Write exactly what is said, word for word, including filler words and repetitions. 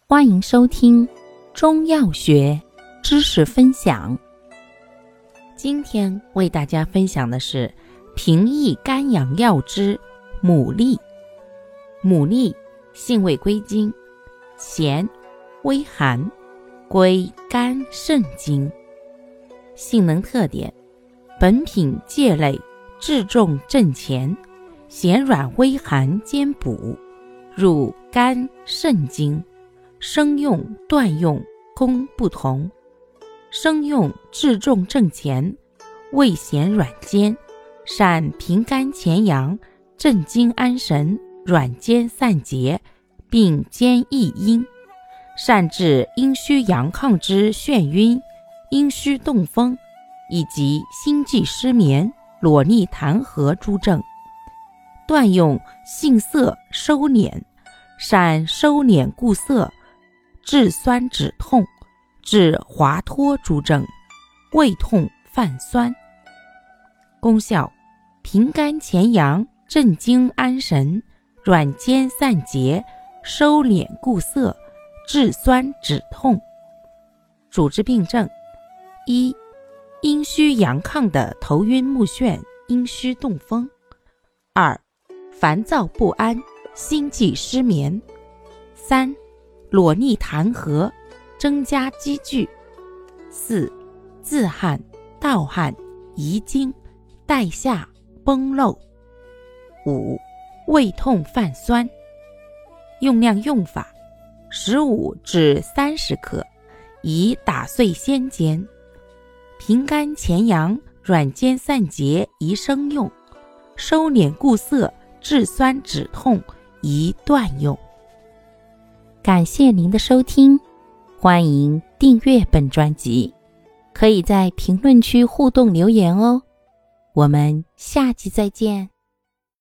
欢迎收听中药学知识分享。今天为大家分享的是平抑肝阳药之牡蛎。牡蛎性味归经：咸，微寒，归肝肾经。性能特点：本品芥类，质重正前，咸软微寒兼补，入肝肾经。生用断用功不同，生用质重正前，味咸软坚，善平肝潜阳，镇惊安神，软坚散结，并兼益阴，善治阴虚阳亢之眩晕、阴虚动风以及心悸失眠、裸逆痰核诸症。断用性涩收敛，善收敛固涩、治酸止痛、治滑脱诸症，胃痛泛酸。功效：平肝潜阳，镇惊安神，软坚散结，收敛固涩，治酸止痛。主治病症：一、阴虚阳亢的头晕目眩、阴虚动风；二、烦躁不安、心悸失眠；三、裸逆痰核，增加积聚；四、自汗、盗汗、遗精、带下、崩漏；五、胃痛泛酸。用量用法：十五至三十克，宜打碎先煎。平肝潜阳，软坚散结宜生用，收敛固涩、治酸止痛宜断用。感谢您的收听，欢迎订阅本专辑，可以在评论区互动留言哦。我们下期再见。